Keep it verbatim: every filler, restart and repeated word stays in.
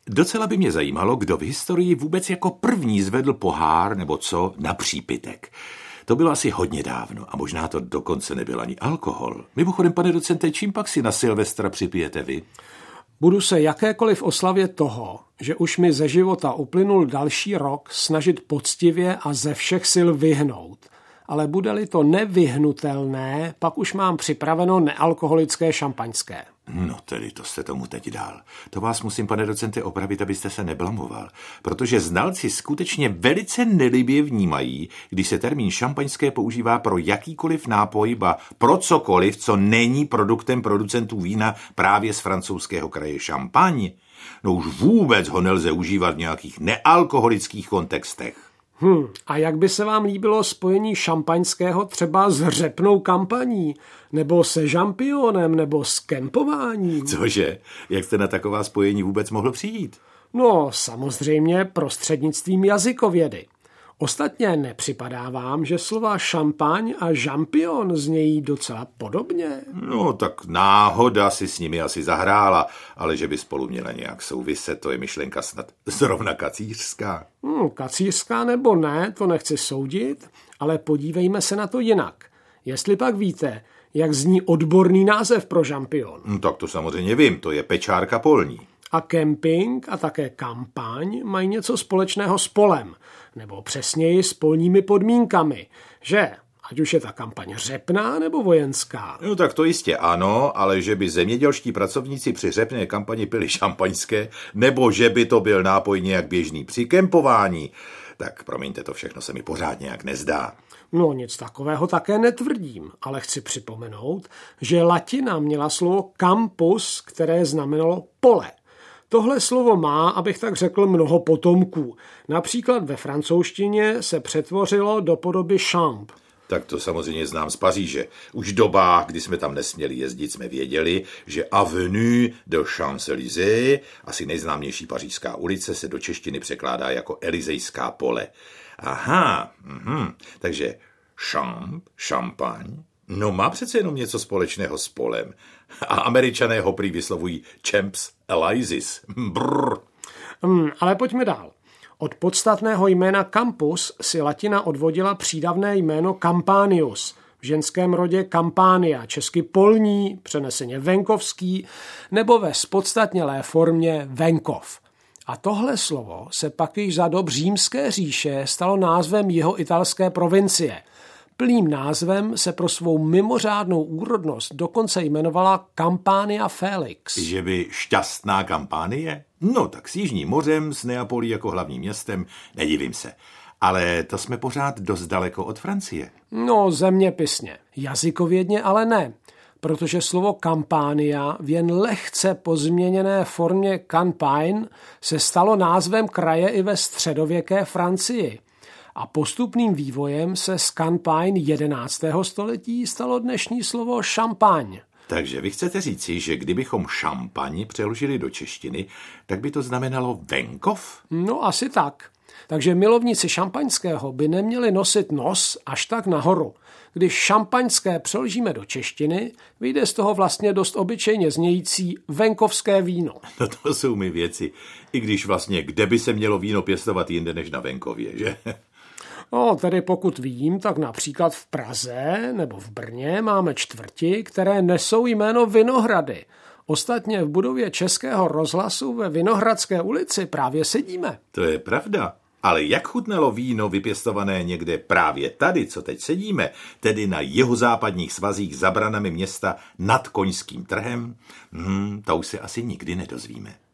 Docela by mě zajímalo, kdo v historii vůbec jako první zvedl pohár nebo co na přípitek. To bylo asi hodně dávno a možná to dokonce nebyl ani alkohol. Mimochodem, pane docente, čím pak si na Silvestra připijete vy? Budu se jakékoliv oslavě toho, že už mi ze života uplynul další rok, snažit poctivě a ze všech sil vyhnout. Ale bude-li to nevyhnutelné, pak už mám připraveno nealkoholické šampaňské. No tedy, to jste tomu teď dal. To vás musím, pane docente, opravit, abyste se neblamoval. Protože znalci skutečně velice nelibě vnímají, když se termín šampaňské používá pro jakýkoliv nápoj, ba pro cokoliv, co není produktem producentů vína právě z francouzského kraje Šampaň. No už vůbec ho nelze užívat v nějakých nealkoholických kontextech. Hm, a jak by se vám líbilo spojení šampaňského třeba s řepnou kampaní, nebo se žampionem, nebo s kempováním? Cože? Jak jste na taková spojení vůbec mohl přijít? No, samozřejmě prostřednictvím jazykovědy. Ostatně nepřipadá vám, že slova šampaň a žampion znějí docela podobně? No, tak náhoda si s nimi asi zahrála, ale že by spolu měla nějak souviset, to je myšlenka snad zrovna kacířská. Hmm, kacířská nebo ne, to nechci soudit, ale podívejme se na to jinak. Jestli pak víte, jak zní odborný název pro žampion. No, tak to samozřejmě vím, to je pečárka polní. A kemping a také kampaň mají něco společného s polem, nebo přesněji s polními podmínkami, že? Ať už je ta kampaň řepná nebo vojenská. No tak to jistě ano, ale že by zemědělští pracovníci při řepné kampani pili šampaňské, nebo že by to byl nápoj nějak běžný při kempování, tak promiňte, to všechno se mi pořád nějak nezdá. No nic takového také netvrdím, ale chci připomenout, že latina měla slovo campus, které znamenalo pole. Tohle slovo má, abych tak řekl, mnoho potomků. Například ve francouzštině se přetvořilo do podoby champ. Tak to samozřejmě znám z Paříže. Už v dobách, kdy jsme tam nesměli jezdit, jsme věděli, že Avenue de Champs-Élysées, asi nejznámější pařížská ulice, se do češtiny překládá jako Elizejská pole. Aha, mhm. Takže champ, šampaň, no má přece jenom něco společného s polem. A Američané ho prý vyslovují Champs-Élysées. Brr. Hmm, ale pojďme dál. Od podstatného jména campus si latina odvodila přídavné jméno Campanius, v ženském rodě Campania, česky polní, přeneseně venkovský, nebo ve spodstatnělé formě venkov. A tohle slovo se pak již za dob Římské říše stalo názvem jeho italské provincie. Plným názvem se pro svou mimořádnou úrodnost dokonce jmenovala Campania Felix. Že by šťastná Kampánie? No tak s Jižním mořem, s Neapolí jako hlavním městem, nedivím se. Ale to jsme pořád dost daleko od Francie. No zeměpisně, jazykovědně ale ne, protože slovo Campania v jen lehce pozměněné formě Campagne se stalo názvem kraje i ve středověké Francii. A postupným vývojem se z Campagne jedenáctého století stalo dnešní slovo šampaň. Takže vy chcete říci, že kdybychom šampaň přeložili do češtiny, tak by to znamenalo venkov? No asi tak. Takže milovníci šampaňského by neměli nosit nos až tak nahoru. Když šampaňské přeložíme do češtiny, vyjde z toho vlastně dost obyčejně znějící venkovské víno. No to jsou mi věci. I když vlastně kde by se mělo víno pěstovat jinde než na venkově, že? No, tedy pokud vím, tak například v Praze nebo v Brně máme čtvrti, které nesou jméno Vinohrady. Ostatně v budově Českého rozhlasu ve Vinohradské ulici právě sedíme. To je pravda. Ale jak chutnalo víno vypěstované někde právě tady, co teď sedíme, tedy na jihozápadních svazích za branami města nad Koňským trhem, hmm, to už se asi nikdy nedozvíme.